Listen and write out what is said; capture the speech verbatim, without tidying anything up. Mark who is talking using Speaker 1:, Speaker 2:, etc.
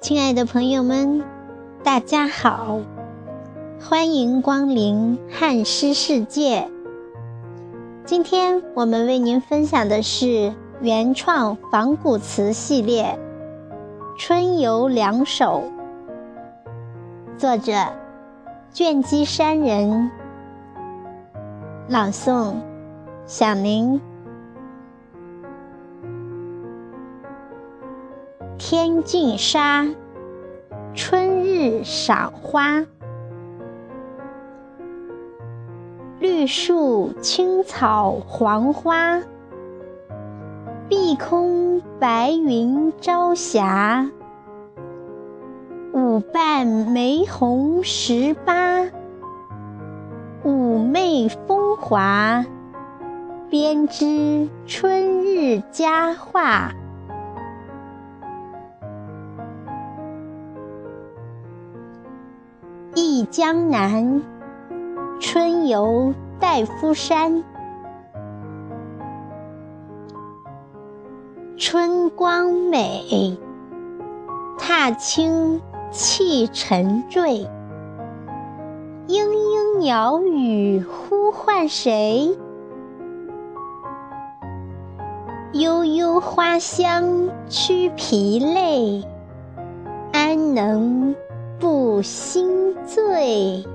Speaker 1: 亲爱的朋友们，大家好，欢迎光临汉诗世界。今天我们为您分享的是原创仿古词系列《春游两首》，作者卷积山人，朗诵响铃。天净沙，春日赏花，绿树青草黄花，碧空白云朝霞，舞伴玫红十八，妩媚风华，编织春日佳话。忆江南，春游大夫山。春光美，踏青气沉醉。莺莺鸟语呼唤谁？悠悠花香驱疲累，安能不心醉？